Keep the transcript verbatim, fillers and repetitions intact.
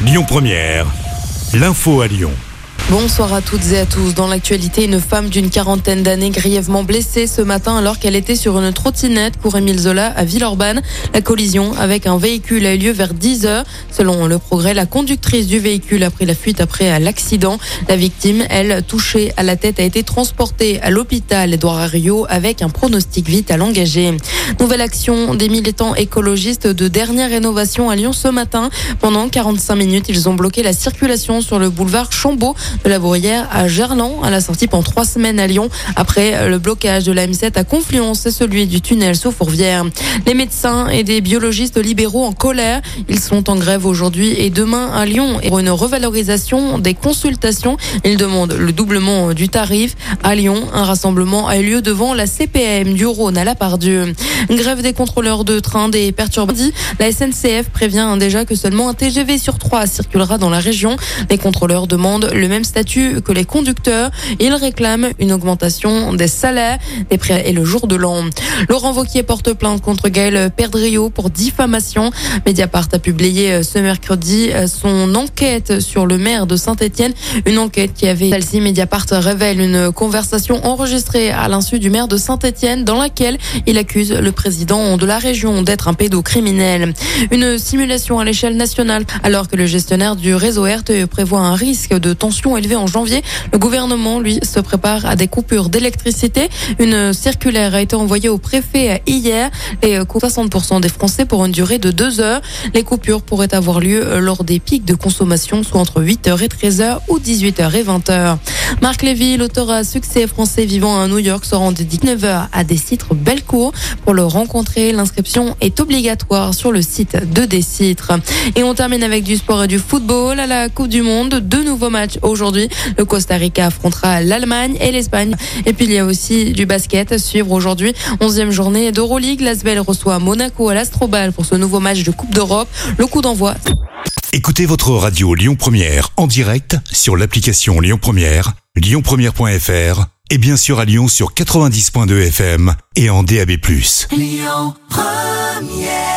Lyon Première, l'info à Lyon. Bonsoir à toutes et à tous. Dans l'actualité, une femme d'une quarantaine d'années grièvement blessée ce matin alors qu'elle était sur une trottinette cours Émile Zola à Villeurbanne. La collision avec un véhicule a eu lieu vers dix heures. Selon Le Progrès, la conductrice du véhicule a pris la fuite après l'accident. La victime, elle, touchée à la tête, a été transportée à l'hôpital Édouard Herriot avec un pronostic vital engagé. Nouvelle action des militants écologistes de dernière rénovation à Lyon ce matin. Pendant quarante-cinq minutes, ils ont bloqué la circulation sur le boulevard Chambaud de la Bruyère à Gerland, à la sortie pendant trois semaines à Lyon, après le blocage de la M sept à Confluence et celui du tunnel sous Fourvière. Les médecins et des biologistes libéraux en colère, ils sont en grève aujourd'hui et demain à Lyon et pour une revalorisation des consultations. Ils demandent le doublement du tarif. À Lyon, un rassemblement a eu lieu devant la C P M du Rhône à la Pardieu. Une grève des contrôleurs de train des perturbations. La S N C F prévient déjà que seulement un T G V sur trois circulera dans la région. Les contrôleurs demandent le même statut que les conducteurs. Ils réclament une augmentation des salaires, des prix et le jour de l'an. Laurent Wauquiez porte plainte contre Gaël Perdriau pour diffamation. Mediapart a publié ce mercredi son enquête sur le maire de Saint-Étienne. Une enquête qui avait celle-ci. Mediapart révèle une conversation enregistrée à l'insu du maire de Saint-Étienne dans laquelle il accuse le président de la région d'être un pédocriminel. Une simulation à l'échelle nationale alors que le gestionnaire du réseau R T E prévoit un risque de tension élevé en janvier. Le gouvernement, lui, se prépare à des coupures d'électricité. Une circulaire a été envoyée au préfet hier et soixante pour cent des Français pour une durée de deux heures. Les coupures pourraient avoir lieu lors des pics de consommation, soit entre huit heures et treize heures ou dix-huit heures et vingt heures. Marc Lévy, l'auteur à succès français vivant à New York, se rend dès dix-neuf heures à Décitre Bellecour. Pour le rencontrer, l'inscription est obligatoire sur le site de Décitre. Et on termine avec du sport et du football à la Coupe du Monde. Deux nouveaux matchs aujourd'hui. Le Costa Rica affrontera l'Allemagne et l'Espagne. Et puis il y a aussi du basket à suivre aujourd'hui. onzième journée d'Euroleague. L'Asvel reçoit Monaco à l'Astrobal pour ce nouveau match de Coupe d'Europe. Le coup d'envoi. Écoutez votre radio Lyon Première en direct sur l'application Lyon Première, lyon première point f r et bien sûr à Lyon sur quatre-vingt-dix point deux F M et en D A B plus. Lyon Première.